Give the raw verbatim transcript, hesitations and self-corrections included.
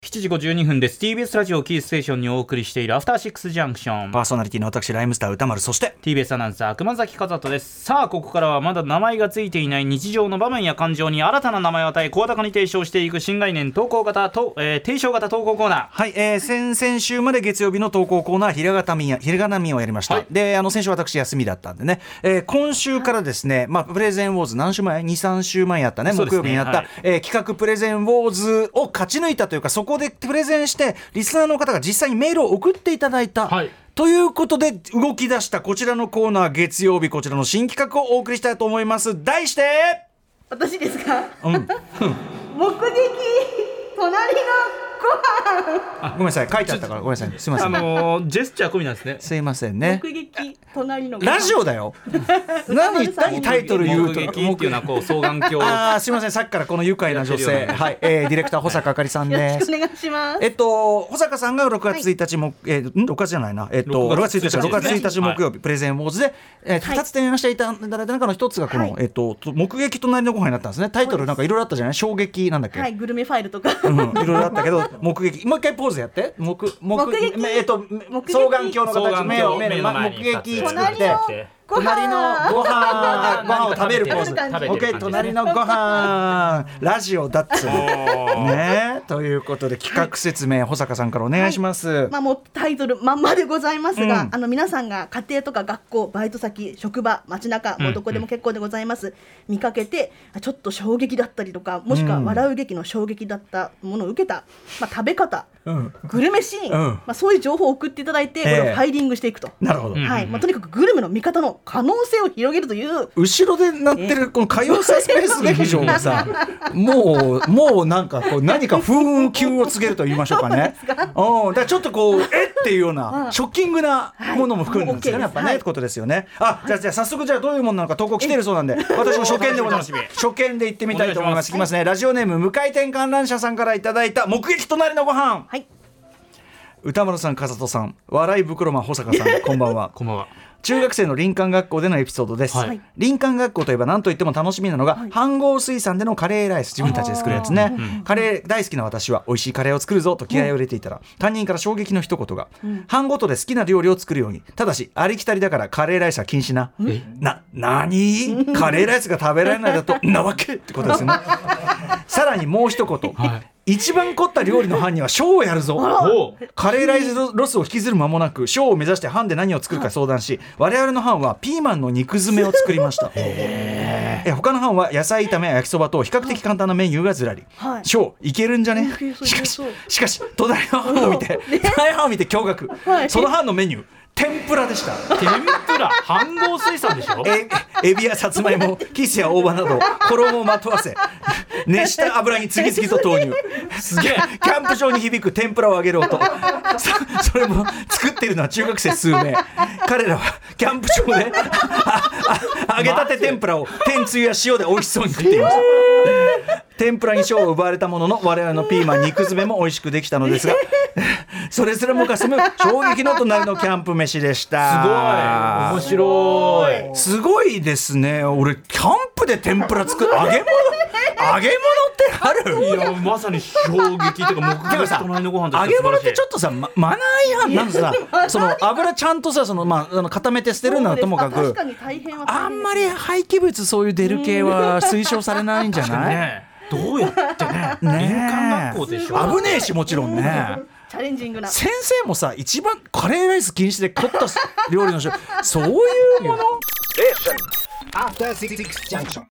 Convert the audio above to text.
しちじごじゅうにふんです。 ティービーエス ラジオキーステーションにお送りしているアフターシックスジャンクション、 パーソナリティの私ライムスター歌丸、そしてティービーエス アナウンサー熊崎和人です。さあここからはまだ名前がついていない日常の場面や感情に新たな名前を与え声高に提唱していく新概念投稿型と、えー、提唱型投稿コーナー。 はい、えー、先々週まで月曜日の投稿コーナーひらがたみやひらがなみをやりました、はい、であの先週私休みだったんでね、えー、今週からですね、まあ、プレゼンウォーズ何週前 に,さん 週前やったね、木曜日にやった、はい、えー、企画プレゼンウォーズを勝ち抜いたというか、そこでプレゼンしてリスナーの方が実際にメールを送っていただいた、はい、ということで動き出したこちらのコーナー、月曜日こちらの新企画をお送りしたいと思います。題して私ですか、うん、目撃隣のご飯。 あ、ごめんなさい、書いてあったからごめんなさい、すいません、 あのー、ジェスチャー込みなんですね。 すいませんね。 目撃隣のご飯、 ラジオだよ何, 何タイトル言うと目撃っていうのはこう双眼鏡あーすいません、さっきからこの愉快な女性、はい、えー、ディレクター保坂あかりさんです。 よろしくお願いします。 えっと保坂さんがろくがつついたちも、はい、えー、んろくがつじゃないな、えっとろくがつついたちろくがつついたち木曜日、はい、プレゼンウォーズで、えー、ふたつ提案していただいた中のひとつがこの、はい、えっと目撃隣のご飯になったんですね。タイトルなんかいろいろあったじゃない、衝撃なんだっけ、 はい、グルメファイルとか、 うん、いろいろあったけど目撃、もう一回ポーズやって目目撃、 えっと双眼鏡の形、目を目の目撃作って隣のご飯ご飯を食べるポーズ、オッケー、隣のご飯ラジオだっつうね。ということで企画説明、はい、保坂さんからお願いします。はい、 まあ、もうタイトルまんまでございますが、うん、あの皆さんが家庭とか学校、バイト先、職場、街中、もうどこでも結構でございます、うん、見かけてちょっと衝撃だったりとか、もしくは笑う劇の衝撃だったものを受けた、まあ、食べ方、うん、グルメシーン、うん、まあ、そういう情報を送っていただいて、これをファイリングしていくと、 なるほど、 はい、まあ、とにかくグルメの見方の可能性を広げるという、 後ろで鳴ってるこの歌謡サスペンス劇場がさもうもうなんかこう何か風雲急を告げると言いましょうかね。うん、だからちょっとこうえっていうようなショッキングなものも含んでるんですかね、やっぱね、ってことですよね。あ、じゃあじゃあ早速じゃあどういうものなのか投稿来てるそうなんで、私も初見でございます。初見で行ってみたいと思います。いきますね。ラジオネーム無回転観覧車さんからいただいた目撃隣のご飯。はい、歌丸さん、風戸さん、笑い袋マン保坂さん、こんばんは。 こんばんは。 中学生の林間学校でのエピソードです。はい、林間学校といえば何といっても楽しみなのが、はい、飯合水産でのカレーライス、自分たちで作るやつね。カレー大好きな私は美味しいカレーを作るぞと気合を入れていたら、うん、担任から衝撃の一言が、うん、班ごとで好きな料理を作るように、ただしありきたりだからカレーライスは禁止な。な、なにカレーライスが食べられないだとなわけってことですよね。さらにもう一言、はい、一番凝った料理の班にはショーをやるぞ。カレーライスロスを引きずる間もなくショーを目指して班で何を作るか相談し、我々の班はピーマンの肉詰めを作りました。へえ、他の班は野菜炒めや焼きそばと比較的簡単なメニューがずらり、はい、ショーいけるんじゃね。しかししかし隣の班を見て隣の班を見て驚愕、はい、その班のメニュー天ぷらでした。 天ぷら、飯合水産でしょ。 えエビやさつまいも、キスや大葉など衣をまとわせ熱した油に次々と投入。すげえキャンプ場に響く天ぷらを揚げる音。 そ, それも作っているのは中学生数名。彼らはキャンプ場で揚げたて天ぷらを天つゆや塩で美味しそうに食っています。天ぷらに賞を奪われたものの我々のピーマン肉詰めも美味しくできたのですがそれすらもかすむ衝撃の隣のキャンプ飯でした。 すごい面白い、 すごいですね。俺キャンプで天ぷら作る揚げ物揚げ物ってある。 いやまさに衝撃というか目撃隣のご飯として揚げ物ってちょっとさ、ま、マナー違反なんさその油ちゃんとさその、まあ、あの固めて捨てるのはともかくあんまり廃棄物そういう出る系は推奨されないんじゃない、ね、 どうやってね林間学校でしょ。 危ねえしもちろんね。 チャレンジングな先生もさ一番カレーライス禁止で凝った料理の人そういうもの。え